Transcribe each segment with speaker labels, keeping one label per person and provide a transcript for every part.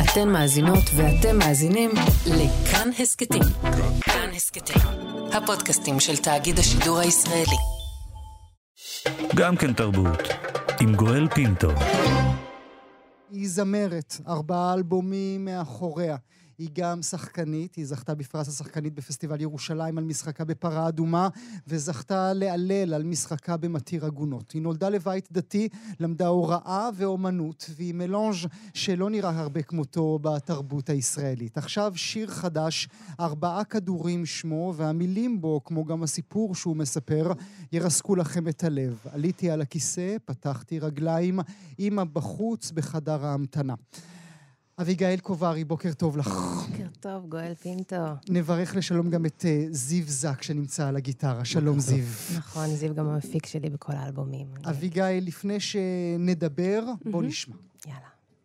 Speaker 1: אתן מאזינות ואתם מאזינים לכאן הסקטים. כאן הסקטים, הפודקאסטים של תאגיד השידור הישראלי.
Speaker 2: גם כן תרבות, עם גואל פינטו.
Speaker 3: היא זמרת, 4 אלבומים מאחוריה. היא גם שחקנית, היא זכתה בפרס השחקנית בפסטיבל ירושלים על משחקה בפרה אדומה, וזכתה להלל על משחקה במתיר עגונות. היא נולדה לבית דתי, למדה הוראה ואומנות, והיא מלאנג' שלא נראה הרבה כמותו בתרבות הישראלית. עכשיו שיר חדש, 4 כדורים שמו, והמילים בו, כמו גם הסיפור שהוא מספר, ירסקו לכם את הלב. עליתי על הכיסא, פתחתי רגליים, אמא בחוץ בחדר ההמתנה. אביגיל קוברי, בוקר טוב לך.
Speaker 4: בוקר טוב, גואל פינטו.
Speaker 3: נברך לשלום גם את זיו זק שנמצא על הגיטרה. שלום זיו.
Speaker 4: נכון, זיו גם המפיק שלי בכל האלבומים.
Speaker 3: אביגיל, לפני שנדבר, בוא נשמע.
Speaker 4: יאללה.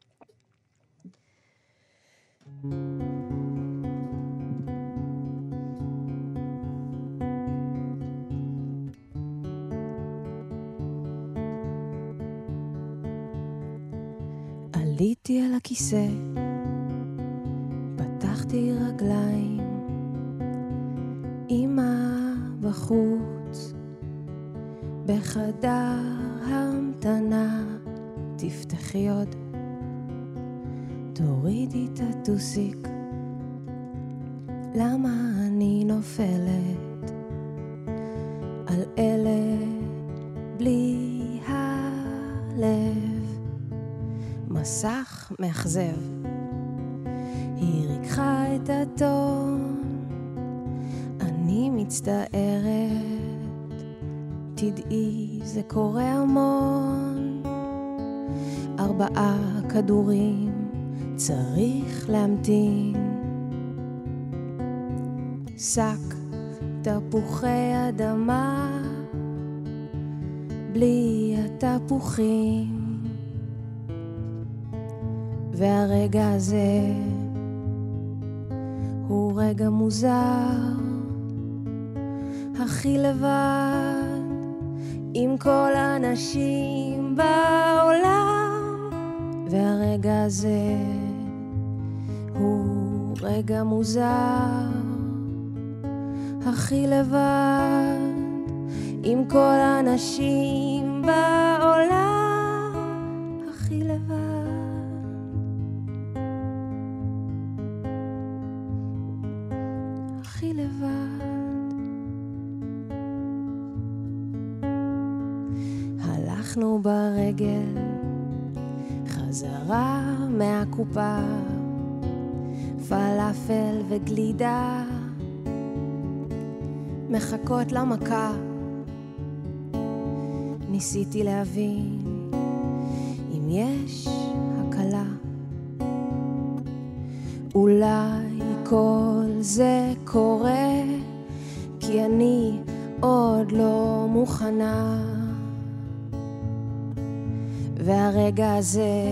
Speaker 4: עליתי על הכיסא, פתחתי רגליים, אמא בחוץ, בחדר המתנה, תפתחי עוד, תורידי את הטוסיק, למה אני נופלת על אלה בלי הלב? מסך מאכזב, היא ריקחה את הטון, אני מצטערת, תדעי זה קורה המון, 4 כדורים צריך להמתין, שק תפוחי אדמה בלי התפוחים, והרגע הזה הוא רגע מוזר, הכי לבד עם כל האנשים בעולם, והרגע הזה הוא רגע מוזר, הכי לבד עם כל האנשים בעולם, הכי לבד. הכי לבד. הלכנו ברגל חזרה מהקופה, פלאפל וגלידה מחכות למכה, ניסיתי להבין אם יש הקלה, אולי כל זה קורה כי אני עוד לא מוכנה, והרגע הזה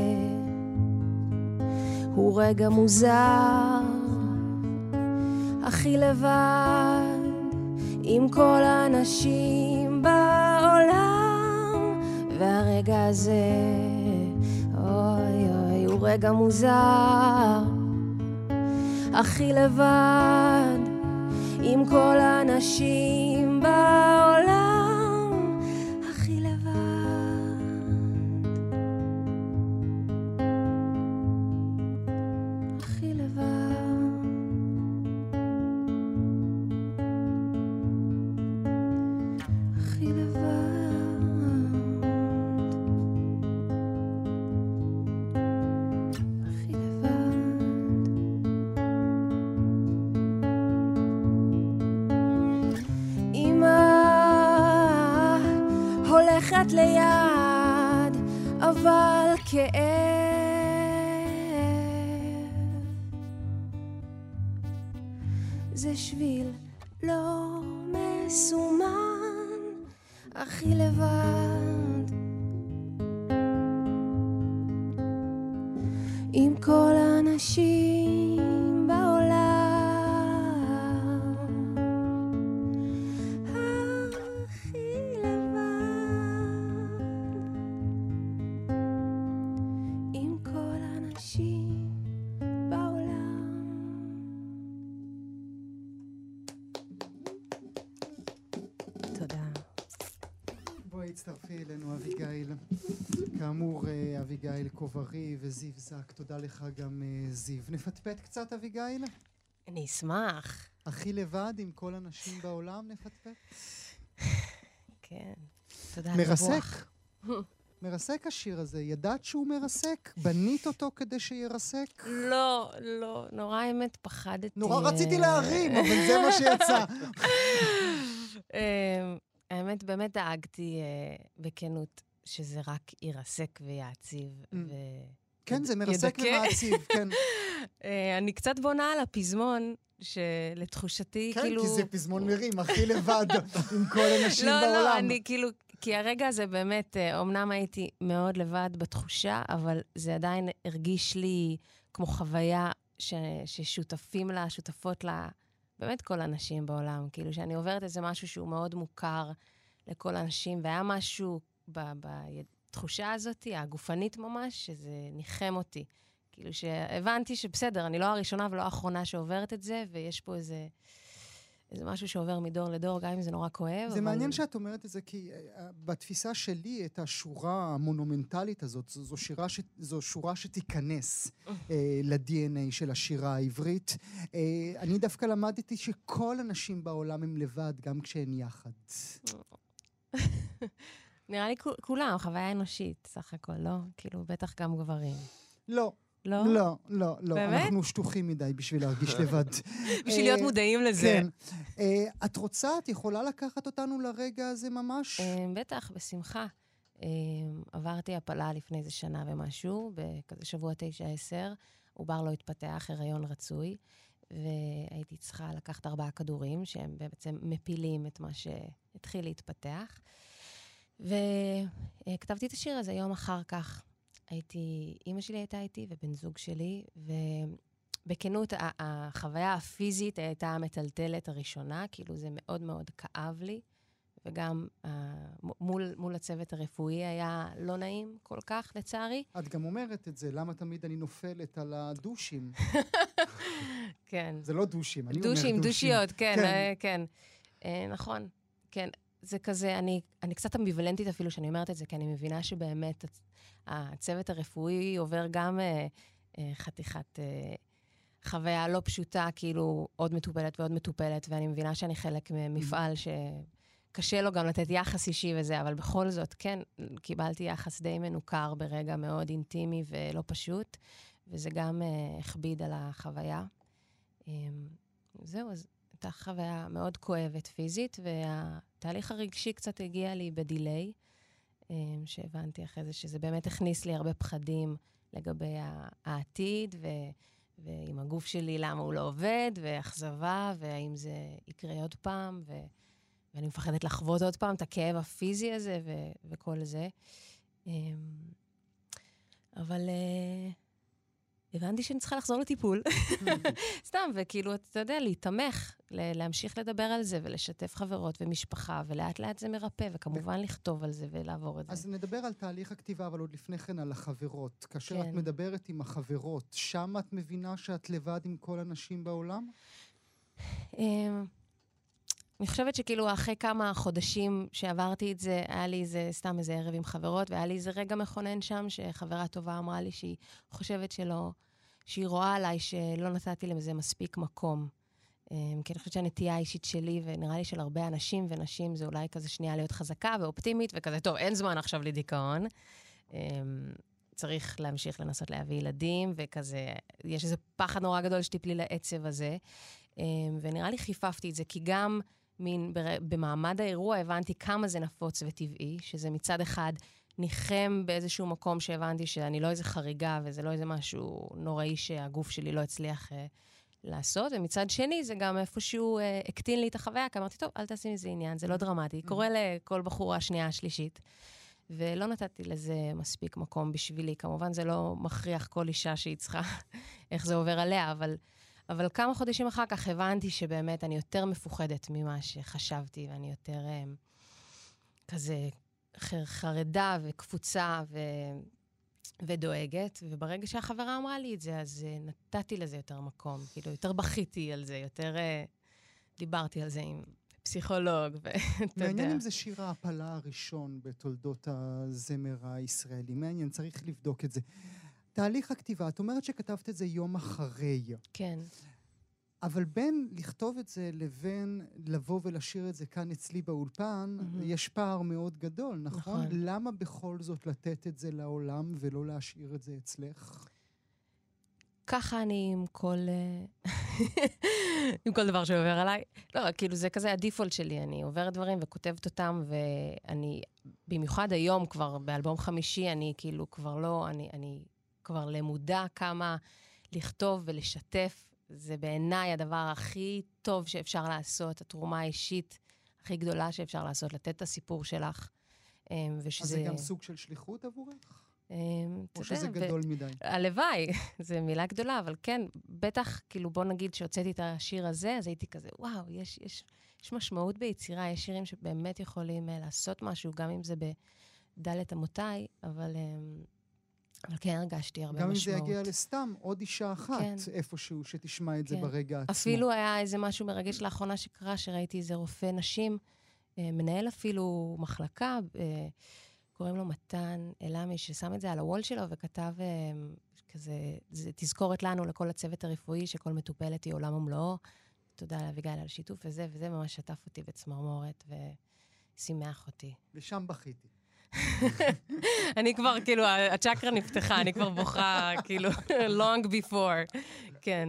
Speaker 4: הוא רגע מוזר, הכי לבד עם כל האנשים בעולם, והרגע הזה אוי אוי הוא רגע מוזר, הכי לבד עם כל האנשים בעולם, הכי לבד, הכי לבד, הכי לבד, הכי לבד. הולכת ליד, אבל כאב זה שביל לא מסומן, הכי לבד עם כל האנשים בעולם, עם כל האנשים
Speaker 3: תצטרפי אלינו, אביגיל. כאמור, אביגיל קוברי וזיו זק, תודה לך גם זיו. נפטפט קצת, אביגיל?
Speaker 5: אני אשמח.
Speaker 3: הכי לבד עם כל הנשים בעולם, נפטפט?
Speaker 5: כן, תודה.
Speaker 3: מרסק. מרסק השיר הזה. ידעת שהוא מרסק? בנית אותו כדי שירסק?
Speaker 5: לא, נורא האמת פחדתי.
Speaker 3: נורא רציתי להרים, אבל זה מה שיצא.
Speaker 5: האמת, באמת דאגתי בכנות שזה רק ירסק ויעציב.
Speaker 3: כן, זה מרסק ומעציב, כן.
Speaker 5: אני קצת בונה על הפזמון, שלתחושתי כאילו...
Speaker 3: כן, כי זה פזמון מרים, הכי לבד עם כל הנשים בעולם.
Speaker 5: לא, אני כאילו... כי הרגע הזה באמת, אומנם הייתי מאוד לבד בתחושה, אבל זה עדיין הרגיש לי כמו חוויה ששותפים לה, שותפות לה, באמת כל הנשים בעולם. כאילו שאני עוברת איזה משהו שהוא מאוד מוכר לכל הנשים, והיה משהו בתחושה הזאת, הגופנית ממש, שזה ניחם אותי. כאילו שהבנתי שבסדר, אני לא הראשונה ולא האחרונה שעוברת את זה, ויש פה איזה משהו שעובר מדור לדור, גם אם זה נורא כואב.
Speaker 3: זה מעניין שאת אומרת את זה, כי בתפיסה שלי, את השורה המונומנטלית הזאת, זו שורה שתיכנס ל-DNA של השירה העברית. אני דווקא למדתי שכל הנשים בעולם הם לבד, גם כשהן יחד.
Speaker 5: נראה לי כולם, חוויה אנושית, סך הכל, לא? כאילו, בטח גם גברים.
Speaker 3: לא.
Speaker 5: לא?
Speaker 3: לא, לא, לא.
Speaker 5: באמת?
Speaker 3: אנחנו שטוחים מדי בשביל להרגיש לבד.
Speaker 5: בשביל להיות מודעים לזה.
Speaker 3: כן. את רוצה, את יכולה לקחת אותנו לרגע הזה ממש?
Speaker 5: בטח, בשמחה. עברתי הפלה לפני איזה שנה ומשהו, בכזה שבוע 9-10, עובר לא התפתח, הריון רצוי, והייתי צריכה לקחת 4 כדורים, שהם בעצם מפילים את מה שהתחיל להתפתח. וכתבתי את השיר הזה יום אחר כך. אמא שלי הייתה איתי ובן זוג שלי, ובכנות החוויה הפיזית הייתה המטלטלת הראשונה, כאילו זה מאוד מאוד כאב לי, וגם מול הצוות הרפואי היה לא נעים כל כך, לצערי.
Speaker 3: את גם אומרת את זה, למה תמיד אני נופלת על הדושים?
Speaker 5: כן.
Speaker 3: זה לא דושים, אני אומר דושים.
Speaker 5: דושיות, כן, כן. נכון, כן. זה כזה, אני קצת אמביוולנטית אפילו שאני אומרת את זה, כי אני מבינה שבאמת הצוות הרפואי עובר גם חתיכת חוויה לא פשוטה, כאילו עוד מטופלת ועוד מטופלת, ואני מבינה שאני חלק ממפעל שקשה לו גם לתת יחס אישי וזה, אבל בכל זאת, כן, קיבלתי יחס די מנוכר ברגע מאוד אינטימי ולא פשוט, וזה גם הכביד על החוויה. זהו, אז הייתה חוויה מאוד כואבת פיזית, והתהליך הרגשי קצת הגיע לי בדיליי, שהבנתי אחרי זה שזה באמת הכניס לי הרבה פחדים לגבי העתיד, ועם הגוף שלי למה הוא לא עובד, ואכזבה, והאם זה יקרה עוד פעם, ואני מפחדת לחוות עוד פעם את הכאב הפיזי הזה, וכל זה. אבל הבנתי שאני צריכה לחזור לטיפול. סתם, וכאילו, אתה יודע, להתמך, להמשיך לדבר על זה, ולשתף חברות ומשפחה, ולאט לאט זה מרפא, וכמובן לכתוב על זה ולעבור את זה.
Speaker 3: אז נדבר על תהליך הכתיבה, אבל עוד לפני כן על החברות. כאשר את מדברת עם החברות, שם את מבינה שאת לבד עם כל הנשים בעולם?
Speaker 5: אני חושבת שכאילו אחרי כמה חודשים שעברתי את זה, היה לי סתם איזה ערב עם חברות, והיה לי איזה רגע מכונן שם, שחברה טובה אמרה לי שהיא חושבת שהיא רואה עליי שלא נתתי לזה מספיק מקום. כי אני חושבת שהנטייה האישית שלי, ונראה לי של הרבה אנשים ונשים, זה אולי כזה שנייה להיות חזקה ואופטימית, וכזה, טוב, אין זמן עכשיו לדיכאון. צריך להמשיך לנסות להביא ילדים, וכזה, יש איזה פחד נורא גדול שטיפלי לעצב הזה. ונראה לי חיפפתי את זה, כי גם במעמד האירוע הבנתי כמה זה נפוץ וטבעי, שזה מצד אחד ניחם באיזשהו מקום שהבנתי שאני לא איזה חריגה, וזה לא איזה משהו נוראי שהגוף שלי לא הצליח לעשות, ומצד שני זה גם איפשהו הקטין לי את החוויה, כי אמרתי, טוב, אל תעשי מזה עניין, זה לא דרמטי, קורה לכל בחורה השנייה השלישית, ולא נתתי לזה מספיק מקום בשבילי, כמובן זה לא מכריח כל אישה שהיא צריכה איך זה עובר עליה, אבל כמה חודשים אחר כך הבנתי שבאמת אני יותר מפוחדת ממה שחשבתי, ואני יותר כזה חרדה וקפוצה ודואגת, וברגע שהחברה אמרה לי את זה, אז נתתי לזה יותר מקום, כאילו יותר בכיתי על זה, יותר דיברתי על זה עם פסיכולוג, ואתה יודע.
Speaker 3: מעניין אם זה שיר ההפלה הראשון בתולדות הזמר הישראלי. מעניין, צריך לבדוק את זה. תהליך הכתיבה, את אומרת שכתבת את זה יום אחרי.
Speaker 5: כן.
Speaker 3: אבל בין לכתוב את זה לבין לבוא ולשיר את זה כאן אצלי באולפן, יש פער מאוד גדול, נכון? למה בכל זאת לתת את זה לעולם ולא להשאיר את זה אצלך?
Speaker 5: ככה אני עם עם כל דבר שעובר עליי. לא, כאילו זה כזה הדיפולט שלי, אני עוברת דברים וכותבת אותם, ואני, במיוחד היום כבר, באלבום חמישי, אני כאילו כבר לא, אני כבר למודע כמה לכתוב ולשתף, זה בעיניי הדבר הכי טוב שאפשר לעשות, התרומה האישית הכי גדולה שאפשר לעשות, לתת את הסיפור שלך.
Speaker 3: אז זה גם סוג של שליחות עבורך? או שזה גדול מדי?
Speaker 5: הלוואי, זו מילה גדולה, אבל כן, בטח, כאילו בוא נגיד שהוצאתי את השיר הזה, אז הייתי כזה, וואו, יש משמעות ביצירה, יש שירים שבאמת יכולים לעשות משהו, גם אם זה בדלת אמותיי, אבל כן הרגשתי הרבה משמעות.
Speaker 3: גם אם זה יגיע לסתם עוד אישה אחת, איפשהו שתשמע את זה ברגע עצמו.
Speaker 5: אפילו היה איזה משהו מרגש לאחרונה שקרה, שראיתי איזה רופא נשים, מנהל אפילו מחלקה, קוראים לו מתן אלמי, ששם את זה על הוול שלו, וכתב כזה, זה תזכורת לנו, לכל הצוות הרפואי, שכל מטופלת היא עולם ומלואו. תודה לאביגיל על שיתוף וזה ממש שטף אותי בצמרמורת, ושימח אותי.
Speaker 3: ושם בכיתי.
Speaker 5: אני כבר, כאילו, הצ'קרה נפתחה, אני כבר בוכה, כאילו, long before. כן.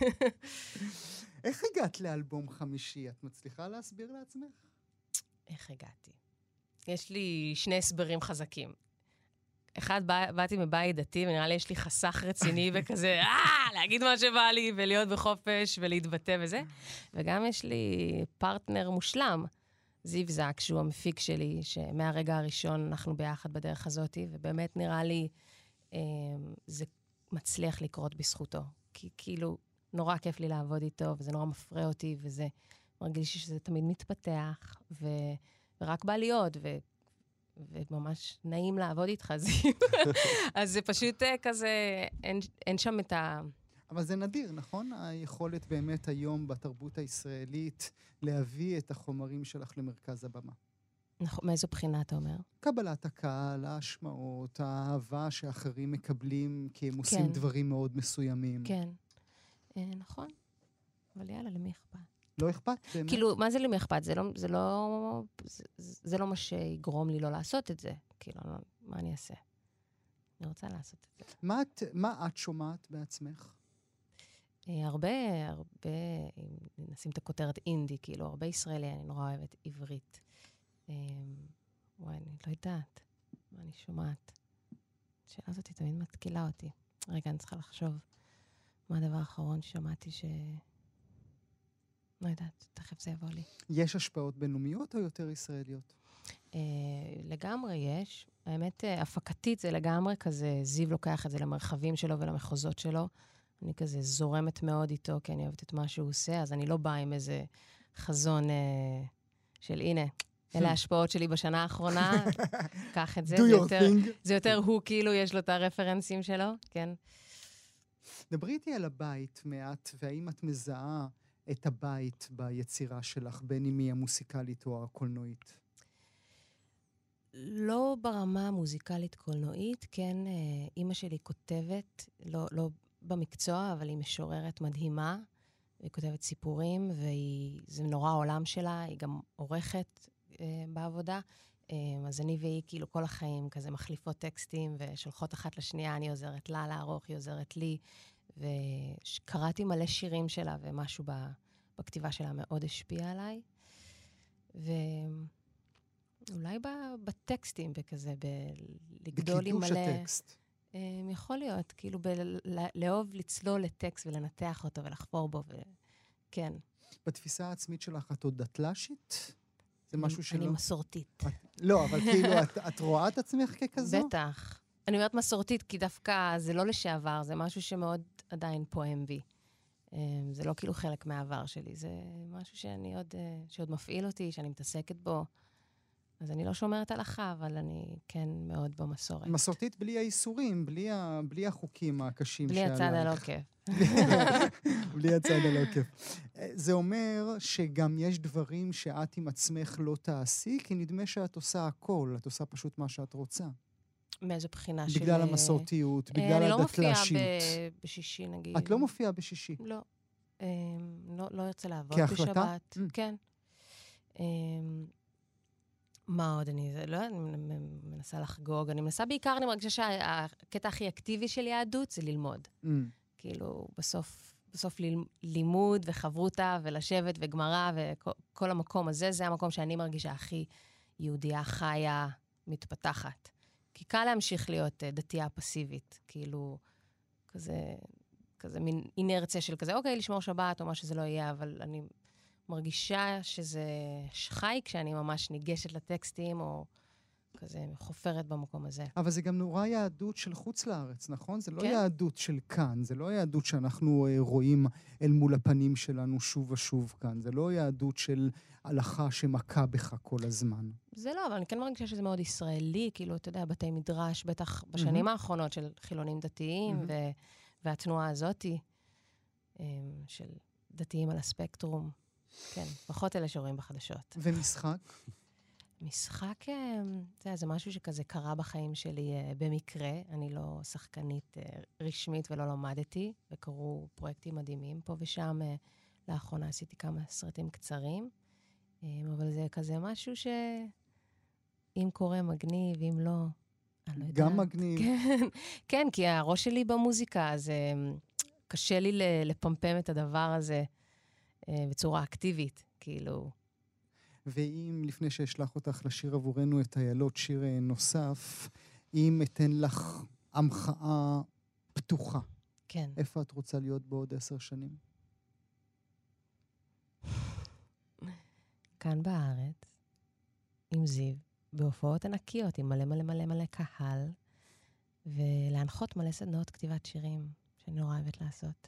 Speaker 3: איך הגעת לאלבום חמישי? את מצליחה להסביר לעצמך?
Speaker 5: איך הגעתי? יש לי שני הסברים חזקים. אחד, באתי מבית דתי, ונראה לי יש לי חסך רציני וכזה, להגיד מה שבא לי, ולהיות בחופש, ולהתבטא וזה. וגם יש לי פרטנר מושלם, זיו זק, שהוא המפיק שלי, שמהרגע הראשון אנחנו ביחד בדרך הזאת, ובאמת נראה לי, זה מצליח לקרות בזכותו. כי כאילו, נורא כיף לי לעבוד איתו, וזה נורא מפרה אותי, וזה מרגיש שזה תמיד מתפתח, ורק בא להיות, וממש נעים לעבוד איתך, אז זה פשוט כזה, אין שם את ה...
Speaker 3: אבל זה נדיר, נכון? היכולת באמת היום בתרבות הישראלית להביא את החומרים שלך למרכז הבמה.
Speaker 5: נכון, מאיזו בחינה אתה אומר?
Speaker 3: קבלת הקהל, ההשמעות, האהבה שאחרים מקבלים, כי הם עושים דברים מאוד מסוימים.
Speaker 5: כן, נכון. אבל יאללה, למי אכפת?
Speaker 3: לא אכפת, באמת?
Speaker 5: כאילו, מה זה למי אכפת? זה לא מה שיגרום לי לא לעשות את זה. כאילו, מה אני אעשה? אני רוצה לעשות את זה.
Speaker 3: מה את שומעת בעצמך?
Speaker 5: הרבה, נשים את הכותרת אינדי, כאילו, הרבה ישראלי, אני נורא אוהבת עברית. וואי, אני לא יודעת מה אני שומעת. השאלה הזאת תמיד מתקילה אותי. רגע, אני צריכה לחשוב מה הדבר האחרון ששמעתי לא יודעת, תכף זה יבוא לי.
Speaker 3: יש השפעות בינלאומיות או יותר ישראליות?
Speaker 5: לגמרי יש. האמת, הפקתית זה לגמרי כזה, זיו לוקח את זה למרחבים שלו ולמחוזות שלו. אני כזה זורמת מאוד איתו, כי אני אוהבת את מה שהוא עושה, אז אני לא באה עם איזה חזון של הנה, אלה ההשפעות שלי בשנה האחרונה, קח את זה. זה יותר הוא, כאילו יש לו את הרפרנסים שלו, כן.
Speaker 3: דברי איתי על הבית מעט, והאם את מזהה את הבית ביצירה שלך, בין אם היא המוסיקלית או הקולנועית?
Speaker 5: לא ברמה המוזיקלית קולנועית, כן, אמא שלי כותבת, לא במקצוע, אבל היא משוררת מדהימה, היא כותבת סיפורים, וזה נורא העולם שלה, היא גם עורכת בעבודה, אז אני והיא כאילו כל החיים כזה מחליפות טקסטים, ושולחות אחת לשנייה, אני עוזרת לה לערוך, היא עוזרת לי, וקראתי מלא שירים שלה, ומשהו בכתיבה שלה מאוד השפיע עליי. ואולי בטקסטים, וכזה, לגדול עם מלא...
Speaker 3: בקידוש הטקסט.
Speaker 5: יכול להיות, כאילו, לאהוב לצלול לטקסט ולנתח אותו ולחפור בו, כן.
Speaker 3: בתפיסה העצמית שלך, את עוד דתל"שית? זה משהו שלא...
Speaker 5: אני מסורתית.
Speaker 3: לא, אבל כאילו, את רואה את עצמך ככזו?
Speaker 5: בטח. אני אומרת מסורתית, כי דווקא זה לא לשעבר, זה משהו שמאוד עדיין פועם בי. זה לא כאילו חלק מהעבר שלי, זה משהו שעוד מפעיל אותי, שאני מתעסקת בו. אז אני לא שומרת הלכה, אבל אני כן מאוד במסורת.
Speaker 3: מסורתית בלי האיסורים, בלי החוקים הקשים
Speaker 5: בלי
Speaker 3: שעלייך.
Speaker 5: הצד הלא כיף.
Speaker 3: בלי הצד הלא כיף. זה אומר שגם יש דברים שאת עם עצמך לא תעשי, כי נדמה שאת עושה הכל, את עושה פשוט מה שאת רוצה.
Speaker 5: מאיזו בחינה של...
Speaker 3: בגלל המסורתיות, בגלל הדתל"שיות.
Speaker 5: אני לא מופיעה בשישי, נגיד.
Speaker 3: את לא מופיעה בשישי?
Speaker 5: לא. לא ארצה לעבוד
Speaker 3: כהחלטה?
Speaker 5: בשבת. כן. מה עוד אני מנסה לחגוג. אני מנסה בעיקר, אני מרגישה שהקטע הכי אקטיבי של יהדות זה ללמוד. כאילו, בסוף לימוד וחברותה ולשבת וגמרא וכל המקום הזה, זה המקום שאני מרגישה הכי יהודייה חיה מתפתחת. כי קל להמשיך להיות דתייה פסיבית, כאילו, כזה מין אינרציה של כזה, אוקיי, לשמור שבת או מה שזה לא יהיה, אבל אני מרגישה שזה חי כשאני ממש ניגשת לטקסטים, או כזה חופרת במקום הזה.
Speaker 3: אבל זה גם נורא יהדות של חוץ לארץ, נכון? זה לא
Speaker 5: כן.
Speaker 3: יהדות של כאן, זה לא יהדות שאנחנו רואים אל מול הפנים שלנו שוב ושוב כאן, זה לא יהדות של הלכה שמכה בך כל הזמן.
Speaker 5: זה לא, אבל אני כן מרגישה שזה מאוד ישראלי, כאילו, אתה יודע, בתי מדרש, בטח בשנים האחרונות של חילונים דתיים, והתנועה הזאת של דתיים על הספקטרום, כן, פחות אלה שרואים בחדשות.
Speaker 3: ומשחק?
Speaker 5: משחק, זה משהו שכזה קרה בחיים שלי במקרה. אני לא שחקנית רשמית ולא למדתי, וקרו פרויקטים מדהימים פה ושם. לאחרונה עשיתי כמה סרטים קצרים, אבל זה כזה משהו שאם קורה מגניב, אם לא, אני לא יודעת.
Speaker 3: גם מגניב.
Speaker 5: כן, כי הראש שלי במוזיקה, אז קשה לי לפמפם את הדבר הזה בצורה אקטיבית, כאילו.
Speaker 3: ואם לפני שאשלח אותך לשיר עבורנו את איילות, שיר נוסף, אם אתן לך המחאה פתוחה,
Speaker 5: כן.
Speaker 3: איפה את רוצה להיות בעוד 10 שנים?
Speaker 5: כאן בארץ, עם זיו, בהופעות ענקיות, עם מלא מלא מלא מלא קהל, ולהנחות מלא סדנאות כתיבת שירים, שאני נורא אוהבת לעשות.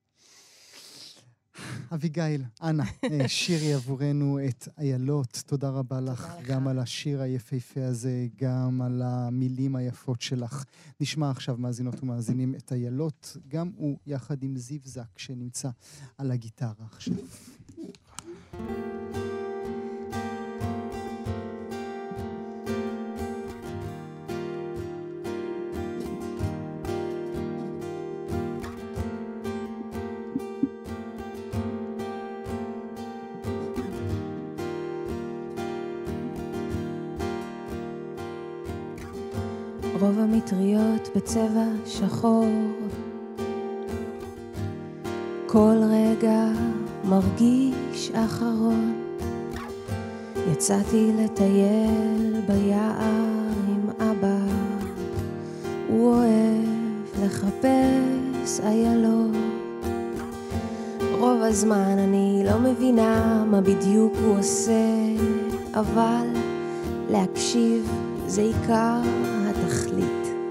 Speaker 3: אביגיל, אנא, שירי עבורנו את איילות. תודה רבה לך, גם על השיר היפהפה הזה, גם על המילים היפות שלך. נשמע עכשיו מאזינות ומאזינים את איילות, גם הוא יחד עם זיו זק שנמצא על הגיטרה עכשיו.
Speaker 4: רוב המטריות בצבע שחור, כל רגע מרגיש אחרון. יצאתי לטייל ביער עם אבא, הוא אוהב לחפש איילות. רוב הזמן אני לא מבינה מה בדיוק הוא עושה, אבל להקשיב זה עיקר התכלית.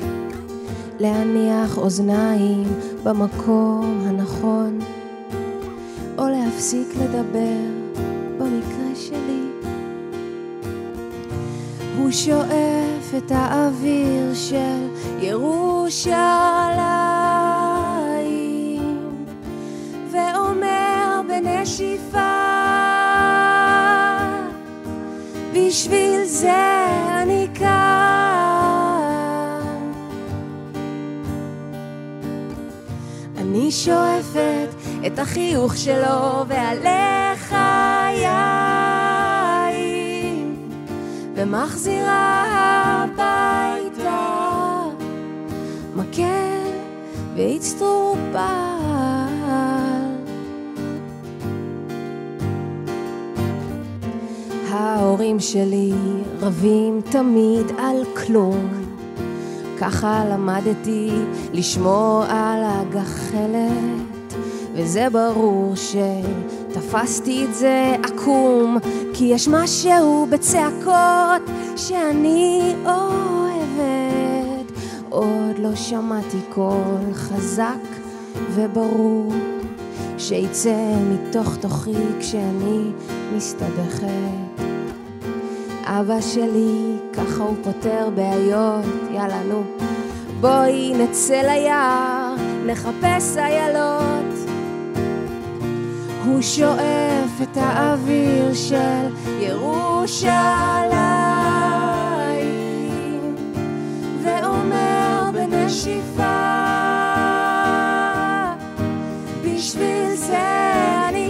Speaker 4: להניח אוזניים במקום הנכון, או להפסיק לדבר במקרה שלי. הוא שואף את האוויר של ירושלים ואומר בנשיפה, בשביל זה אני כאן. אני שואפת את החיוך שלו ועליך יין, ומחזירה הביתה מקל והצטרופל. ההורים שלי רבים תמיד על כלום, ככה למדתי לשמור על הגחלת, וזה ברור שתפסתי את זה עקום, כי יש משהו בצעקות שאני אוהבת. עוד לא שמעתי קול חזק וברור שיצא מתוך תוכי כשאני מסתבכת. אבא שלי, ככה הוא פותר בעיות, יאללה נו. בואי נצא ליער, נחפש איילות. הוא שואף את האוויר של ירושלים, ואומר בנשיפה, בשביל זה אני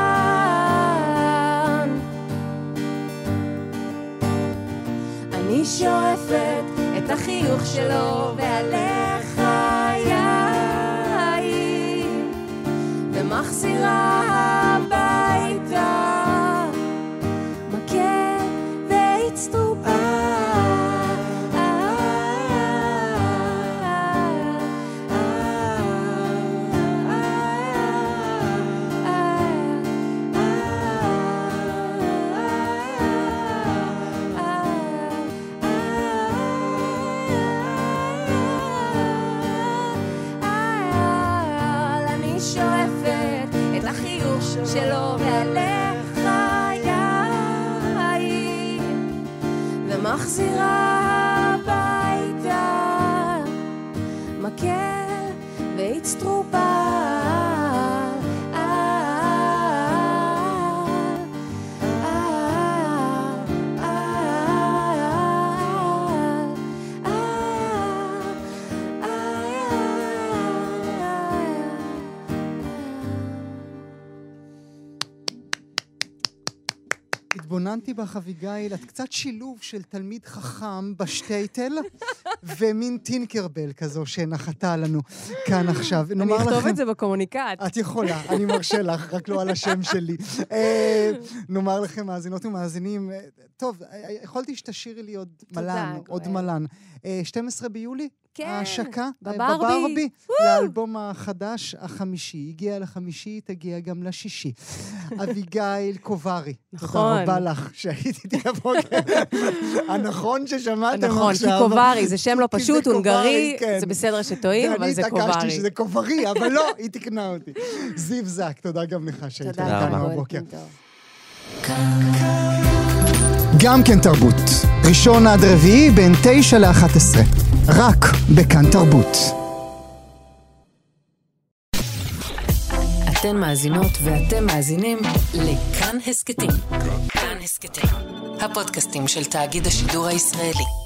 Speaker 4: כאן. אני שואפת את החיוך שלו ועליך יין, ומחזירה הביתה מקל והצטרופה. שלו ועליך יין, ומחזירה הביתה מקל והצטרופה.
Speaker 3: התבוננתי בך אביגיל, את קצת שילוב של תלמיד חכם בשטייטל ומין טינקרבל כזו שנחתה לנו כאן עכשיו.
Speaker 5: אני אכתוב את זה בקומוניקט.
Speaker 3: את יכולה, אני מרשה לך, רק לא על השם שלי. נאמר לכם מאזינות ומאזינים, טוב, יכולתי שתשאירי לי עוד מלן, עוד מלן. 12 ביולי?
Speaker 5: כן,
Speaker 3: ההשקה
Speaker 5: בברבי.
Speaker 3: לאלבום החדש, החמישי. הגיע לחמישי, תגיע גם לשישי. אביגיל קוברי.
Speaker 5: נכון.
Speaker 3: תודה רבה לך שהיית איתי הבוקר. הנכון ששמעתם עכשיו.
Speaker 5: נכון, כי קוברי, זה שם לא פשוט, הונגרי, זה בסדר שטועים, אבל זה קוברי.
Speaker 3: ואני התעקשתי שזה קוברי, אבל לא, היא תקנה אותי. זיו זק, תודה גם לך שהיית איתנו הבוקר. גם כן תרבות. ראשון עד רביעי בין 9 ל-11. רק בכאן תרבות.
Speaker 1: אתן מאזינות ואתם מאזינים לכאן הסקטים. כאן הסקטים, הפודקאסטים של תאגיד השידור הישראלי.